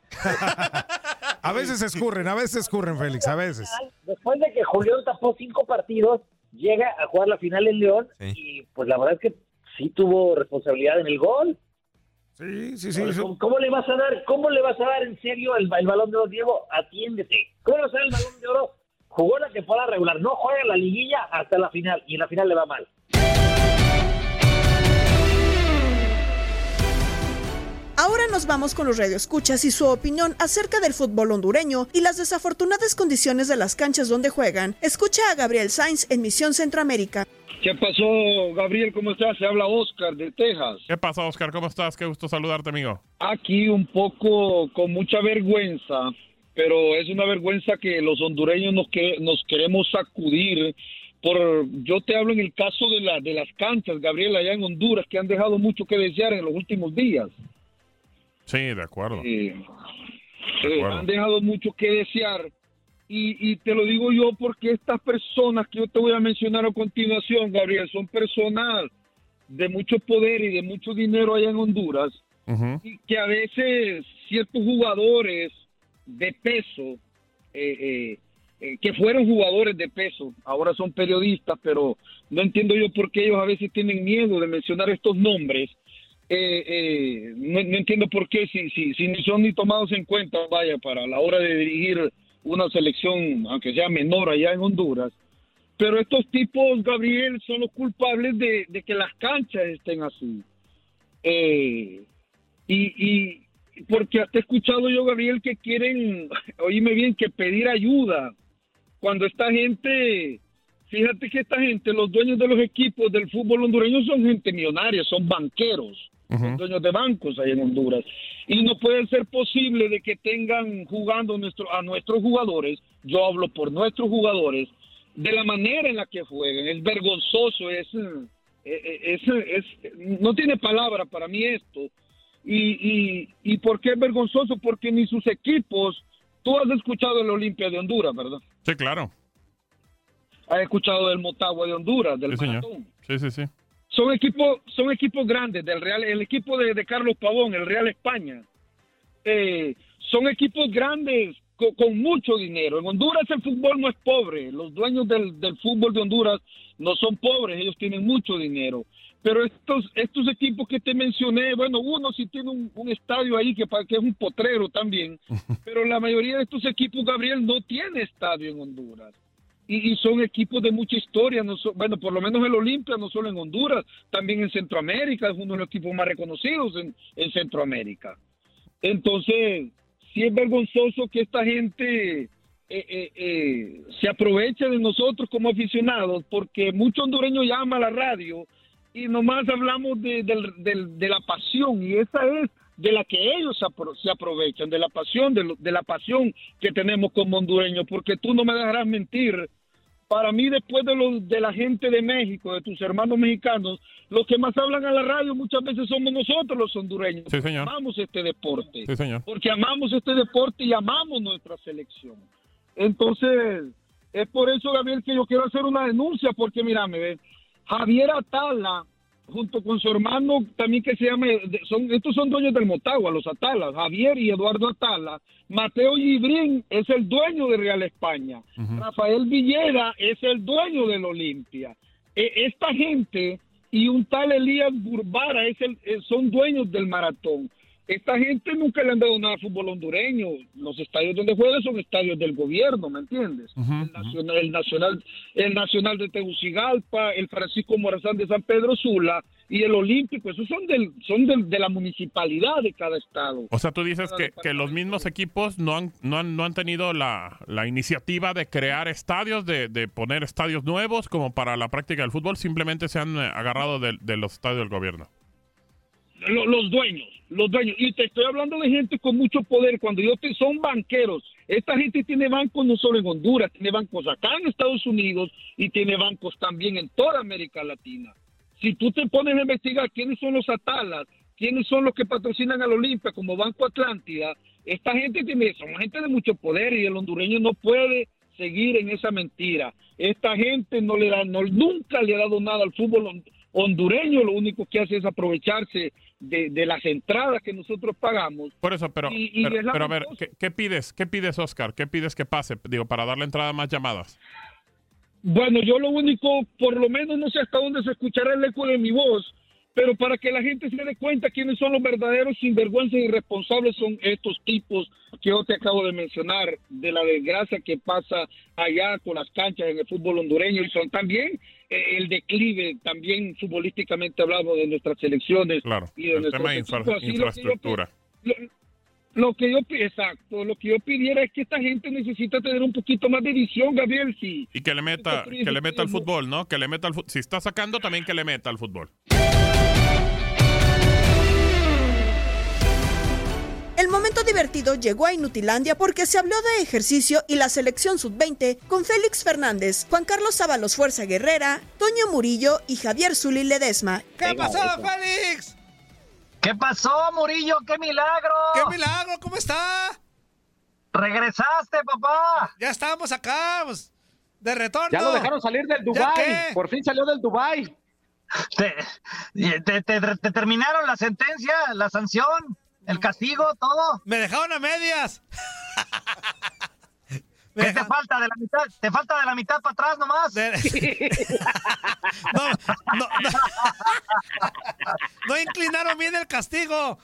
A veces escurren, Félix, a veces. Después de que Julián tapó 5 partidos, llega a jugar la final en León y pues la verdad es que sí tuvo responsabilidad en el gol. Sí. ¿Cómo le vas a dar en serio el Balón de Oro, Diego? Atiéndete. ¿Cómo le vas a dar el Balón de Oro? Jugó la temporada regular, no juega la liguilla hasta la final, y en la final le va mal. Ahora nos vamos con los radioescuchas y su opinión acerca del fútbol hondureño y las desafortunadas condiciones de las canchas donde juegan. Escucha a Gabriel Sainz en Misión Centroamérica. ¿Qué pasó, Gabriel? ¿Cómo estás? Se habla Oscar de Texas. ¿Qué pasa, Oscar? ¿Cómo estás? Qué gusto saludarte, amigo. Aquí un poco con mucha vergüenza, pero es una vergüenza que los hondureños nos queremos sacudir. Yo te hablo en el caso de las canchas, Gabriel, allá en Honduras, que han dejado mucho que desear en los últimos días. Sí, de acuerdo. Han dejado mucho que desear. Y te lo digo yo porque estas personas que yo te voy a mencionar a continuación, Gabriel, son personas de mucho poder y de mucho dinero allá en Honduras, y que a veces ciertos jugadores de peso que fueron jugadores de peso, ahora son periodistas, pero no entiendo yo por qué ellos a veces tienen miedo de mencionar estos nombres. No entiendo por qué, si ni son ni tomados en cuenta, vaya, para la hora de dirigir una selección, aunque sea menor allá en Honduras. Pero estos tipos, Gabriel, son los culpables de que las canchas estén así. Y porque hasta he escuchado yo, Gabriel, que quieren, oíme bien, que pedir ayuda. Cuando esta gente, fíjate que esta gente, los dueños de los equipos del fútbol hondureño son gente millonaria, son banqueros, son dueños de bancos ahí en Honduras. Y no puede ser posible de que tengan jugando a nuestros jugadores, yo hablo por nuestros jugadores, de la manera en la que juegan. Es vergonzoso, no tiene palabra para mí esto. ¿Y por qué es vergonzoso? Porque ni sus equipos, tú has escuchado el Olimpia de Honduras, ¿verdad? Sí, claro. Has escuchado del Motagua de Honduras, del Maratón. Sí. Son equipos grandes, del Real, el equipo de Carlos Pavón, el Real España. Son equipos grandes con mucho dinero. En Honduras el fútbol no es pobre. Los dueños del fútbol de Honduras no son pobres, ellos tienen mucho dinero. Pero estos equipos que te mencioné, bueno, uno sí tiene un estadio ahí que es un potrero también, pero la mayoría de estos equipos, Gabriel, no tiene estadio en Honduras. Y son equipos de mucha historia, bueno, por lo menos el Olimpia, no solo en Honduras, también en Centroamérica, es uno de los equipos más reconocidos en Centroamérica. Entonces, sí es vergonzoso que esta gente se aproveche de nosotros como aficionados, porque muchos hondureños llaman a la radio y nomás hablamos de la pasión, y esa es de la que ellos se aprovechan, de la pasión, de la pasión que tenemos como hondureños, porque tú no me dejarás mentir. Para mí, después de la gente de México, de tus hermanos mexicanos, los que más hablan a la radio muchas veces somos nosotros los hondureños. Sí, señor. Porque amamos este deporte. Sí, señor. Porque amamos este deporte y amamos nuestra selección. Entonces, es por eso, Gabriel, que yo quiero hacer una denuncia, porque mírame, ve, Javier Atala, junto con su hermano también que se llama, estos son dueños del Motagua, los Atalas, Javier y Eduardo Atala. Mateo Gibrín es el dueño de Real España. Rafael Villera es el dueño del Olimpia. Esta gente y un tal Elías Burbara son dueños del Maratón. Esta gente nunca le han dado nada al fútbol hondureño. Los estadios donde juegan son estadios del gobierno, ¿me entiendes? El Nacional de Tegucigalpa, el Francisco Morazán de San Pedro Sula y el Olímpico, esos son de la municipalidad de cada estado. O sea, tú dices que los mismos equipos no han tenido la iniciativa de crear estadios, de poner estadios nuevos como para la práctica del fútbol, simplemente se han agarrado de los estadios del gobierno. Los dueños, y te estoy hablando de gente con mucho poder, son banqueros. Esta gente tiene bancos no solo en Honduras, tiene bancos acá en Estados Unidos y tiene bancos también en toda América Latina. Si tú te pones a investigar quiénes son los Atalas, quiénes son los que patrocinan al Olimpia como Banco Atlántida, esta gente son gente de mucho poder y el hondureño no puede seguir en esa mentira. Esta gente nunca le ha dado nada al fútbol hondureño, lo único que hace es aprovecharse de las entradas que nosotros pagamos. Por eso, pero a ver, ¿qué pides? ¿Qué pides, Oscar? ¿Qué pides que pase? Digo, para darle entrada a más llamadas. Bueno, yo lo único, por lo menos no sé hasta dónde se escuchará el eco de mi voz, pero para que la gente se dé cuenta quiénes son los verdaderos sinvergüenzas y irresponsables son estos tipos que yo te acabo de mencionar, de la desgracia que pasa allá con las canchas en el fútbol hondureño, y son también el declive, también futbolísticamente hablando, de nuestras selecciones. Claro, y de el tema de infraestructura. Lo que yo pidiera es que esta gente necesita tener un poquito más de visión, Gabriel, sí. Y que le meta al fútbol, ¿no? Que le meta al fútbol. Si está sacando, también que le meta al fútbol. El momento divertido llegó a Inutilandia porque se habló de ejercicio y la selección sub-20 con Félix Fernández, Juan Carlos Ábalos Fuerza Guerrera, Toño Murillo y Javier Zuli Ledesma. ¿Qué pasó, Félix? ¿Qué pasó, Murillo? ¡Qué milagro! ¡Qué milagro! ¿Cómo está? ¡Regresaste, papá! Ya estamos acá, pues, de retorno. Ya lo dejaron salir del Dubái. Por fin salió del Dubái. Te terminaron la sentencia, la sanción, el castigo, todo. Me dejaron a medias. ¿Qué te falta de la mitad? ¿Te falta de la mitad para atrás nomás? No inclinaron bien el castigo.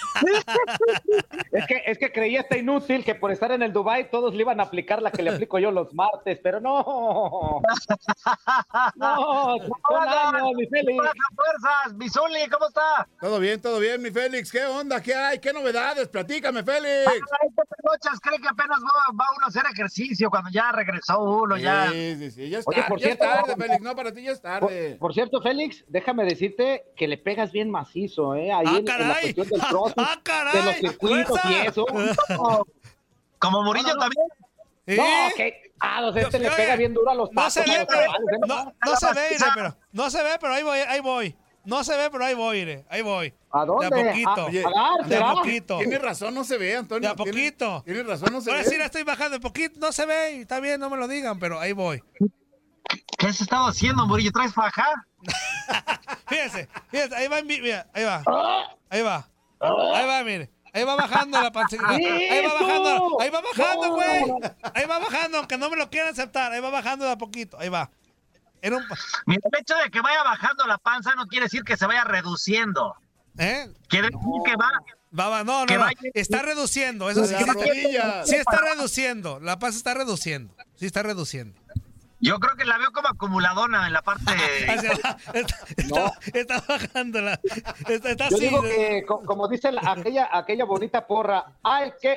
Es que creía este inútil que por estar en el Dubai todos le iban a aplicar la que le aplico yo los martes, pero no. No, con años, mi Félix. ¡Fuerzas! ¡Mi Zuli, ¿cómo está? Todo bien, mi Félix. ¿Qué onda? ¿Qué hay? ¿Qué novedades? Platícame, Félix. Cree que apenas va uno a hacer ejercicio cuando ya regresó uno, ya. Sí, ya Oye, por cierto, es tarde, Félix. No, para ti ya es tarde. Por cierto, Félix, déjame decirte que le pegas bien macizo, ¿eh? Ahí en la cuestión del crossfit, de los circuitos y eso. Como Murillo también. No, que le pega bien duro a los No tacos. se ve, pero no se ve, pero ahí voy. No se ve, pero ahí voy, Ire. Ahí voy. ¿A dónde? De a poquito. De a poquito. Tienes razón, no se ve, Antonio. De a poquito. Tienes razón, no se ve. Ahora sí la estoy bajando de poquito. No se ve, y está bien, no me lo digan, pero ahí voy. ¿Qué se estaba haciendo, Murillo? ¿Traes faja? Fíjense, ahí va, mira, ahí va. Ahí va, mire. Ahí va bajando la pancita. Ahí va bajando, güey. Ahí va bajando, aunque no me lo quieran aceptar. Ahí va bajando de a poquito. Ahí va. Mira, el hecho de que vaya bajando la panza no quiere decir que se vaya reduciendo. Quiere decir que va. No. Está reduciendo. Eso sí. Sí está reduciendo. La panza está reduciendo. Sí está reduciendo. Yo creo que la veo como acumuladona en la parte. Está bajándola. Está Yo así. digo que, como dice aquella bonita porra, hay que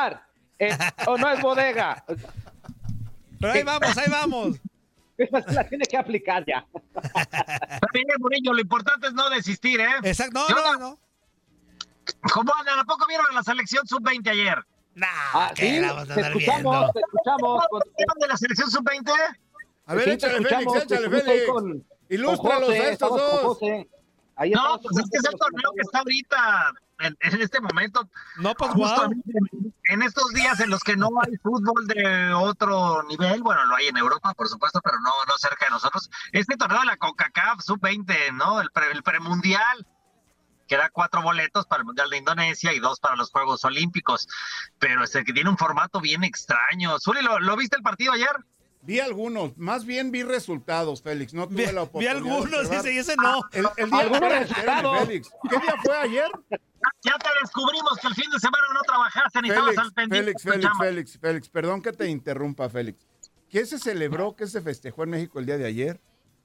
o no es bodega. Pero ahí vamos. La tiene que aplicar ya. Está bien, Murillo, lo importante es no desistir, ¿eh? Exacto, no. ¿Cómo andan? ¿A poco vieron la selección sub-20 ayer? Sí, te escuchamos. ¿Vieron de la selección sub-20? A ver, échale, Félix. Ilústralos a estos dos. No, pues es que es el torneo que está ahorita, en este momento. No, pues wow. En estos días en los que no hay fútbol de otro nivel, bueno, lo hay en Europa, por supuesto, pero no cerca de nosotros. Este torneo de la CONCACAF sub-20, ¿no? El premundial, que era 4 boletos para el Mundial de Indonesia y 2 para los Juegos Olímpicos, pero que tiene un formato bien extraño. Zuli, ¿lo viste el partido ayer? Vi algunos, más bien vi resultados, Félix. No tuve la oportunidad. Vi algunos, dice, y ese no. El día Félix. ¿Qué día fue ayer? Ya te descubrimos que el fin de semana no trabajaste ni estabas al pendiente. Félix, perdón que te interrumpa, Félix. ¿Qué se celebró, qué se festejó en México el día de ayer?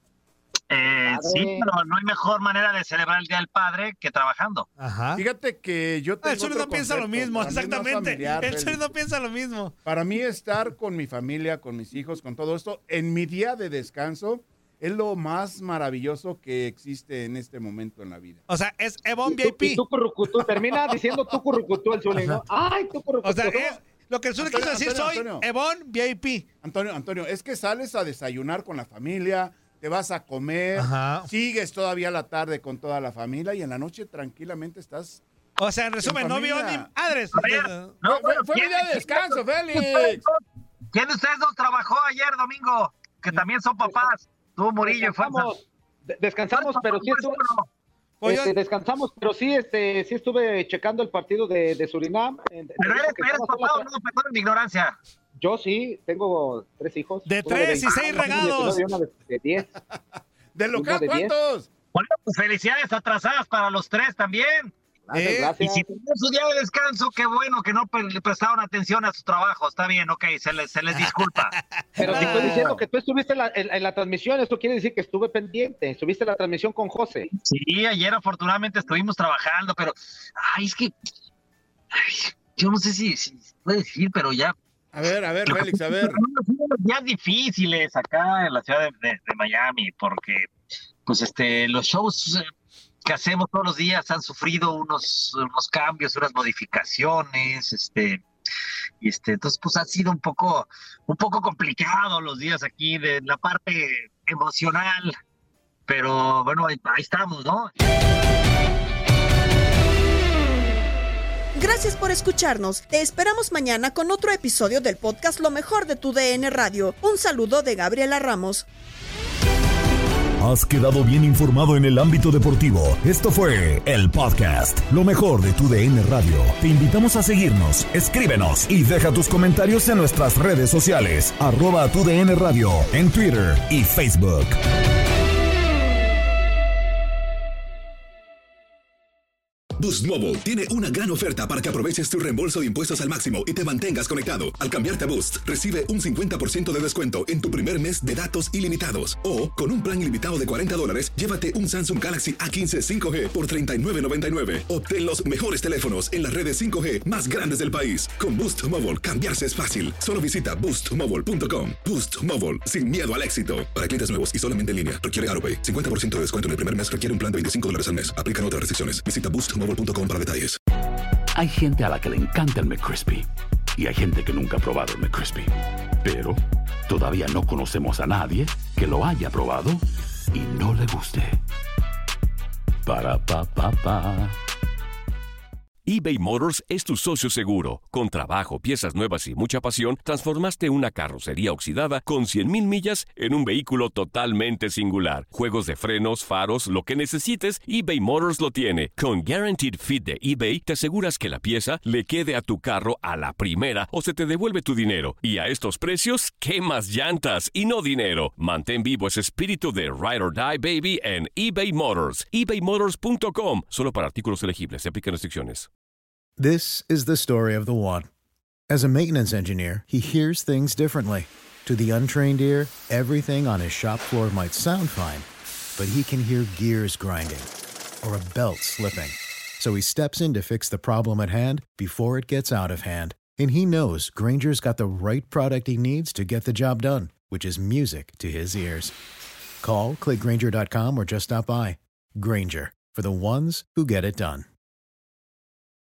Sí, pero no hay mejor manera de celebrar el Día del Padre que trabajando. Ajá. Fíjate que yo tengo el Zuli no piensa lo mismo, exactamente. El Zuli no piensa lo mismo. Para mí estar con mi familia, con mis hijos, con todo esto, en mi día de descanso, es lo más maravilloso que existe en este momento en la vida. O sea, es Evon VIP. Y tú currucutú, termina diciendo tú currucutú el Zuli, ¿no? Ay, tú currucutú. O sea, es lo que el Zuli quiso decir, soy Evon VIP. Antonio, es que sales a desayunar con la familia, te vas a comer, sigues todavía la tarde con toda la familia y en la noche tranquilamente estás. O sea, en resumen, no vio ni madres. Fue mi día de descanso, Félix. ¿Quién de ustedes dos trabajó ayer domingo? Que también son papás. Tú, Murillo y Fuerza. Descansamos, pero sí estuve. Descansamos, pero sí estuve checando el partido de Surinam. Pero eres papá o no, perdón mi ignorancia. Yo sí, tengo 3 hijos. De 3 y 6 regados. De 10. ¿De local cuántos? Bueno, pues felicidades atrasadas para los 3 también. Gracias. Y si tienen su día de descanso, qué bueno que no le prestaron atención a su trabajo. Está bien, ok, se les disculpa. Pero te estoy diciendo que tú estuviste en la transmisión, esto quiere decir que estuve pendiente. Estuviste en la transmisión con José. Sí, ayer afortunadamente estuvimos trabajando, pero es que yo no sé si puedo decir, pero ya. A ver, Félix, a ver. Días difíciles acá en la ciudad de Miami, porque pues los shows que hacemos todos los días han sufrido unos cambios, unas modificaciones, entonces pues ha sido un poco complicado los días aquí de la parte emocional, pero bueno, ahí estamos, ¿no? Gracias por escucharnos. Te esperamos mañana con otro episodio del podcast Lo Mejor de tu DN Radio. Un saludo de Gabriela Ramos. Has quedado bien informado en el ámbito deportivo. Esto fue el podcast, lo mejor de TUDN Radio. Te invitamos a seguirnos, escríbenos y deja tus comentarios en nuestras redes sociales, @TUDN Radio, en Twitter y Facebook. Boost Mobile tiene una gran oferta para que aproveches tu reembolso de impuestos al máximo y te mantengas conectado. Al cambiarte a Boost, recibe un 50% de descuento en tu primer mes de datos ilimitados. O, con un plan ilimitado de $40, llévate un Samsung Galaxy A15 5G por $39.99. Obtén los mejores teléfonos en las redes 5G más grandes del país. Con Boost Mobile, cambiarse es fácil. Solo visita boostmobile.com. Boost Mobile, sin miedo al éxito. Para clientes nuevos y solamente en línea, requiere AutoPay. 50% de descuento en el primer mes requiere un plan de $25 al mes. Aplican otras restricciones. Visita boostmobile.com para detalles. Hay gente a la que le encanta el McCrispy y hay gente que nunca ha probado el McCrispy. Pero todavía no conocemos a nadie que lo haya probado y no le guste. Para pa pa pa. eBay Motors es tu socio seguro. Con trabajo, piezas nuevas y mucha pasión, transformaste una carrocería oxidada con 100,000 millas en un vehículo totalmente singular. Juegos de frenos, faros, lo que necesites, eBay Motors lo tiene. Con Guaranteed Fit de eBay, te aseguras que la pieza le quede a tu carro a la primera o se te devuelve tu dinero. Y a estos precios, ¿qué más llantas y no dinero? Mantén vivo ese espíritu de Ride or Die, baby, en eBay Motors. ebaymotors.com. Solo para artículos elegibles. Se aplican restricciones. This is the story of the one. As a maintenance engineer, he hears things differently. To the untrained ear, everything on his shop floor might sound fine, but he can hear gears grinding or a belt slipping. So he steps in to fix the problem at hand before it gets out of hand. And he knows Grainger's got the right product he needs to get the job done, which is music to his ears. Call, click Grainger.com, or just stop by. Grainger, for the ones who get it done.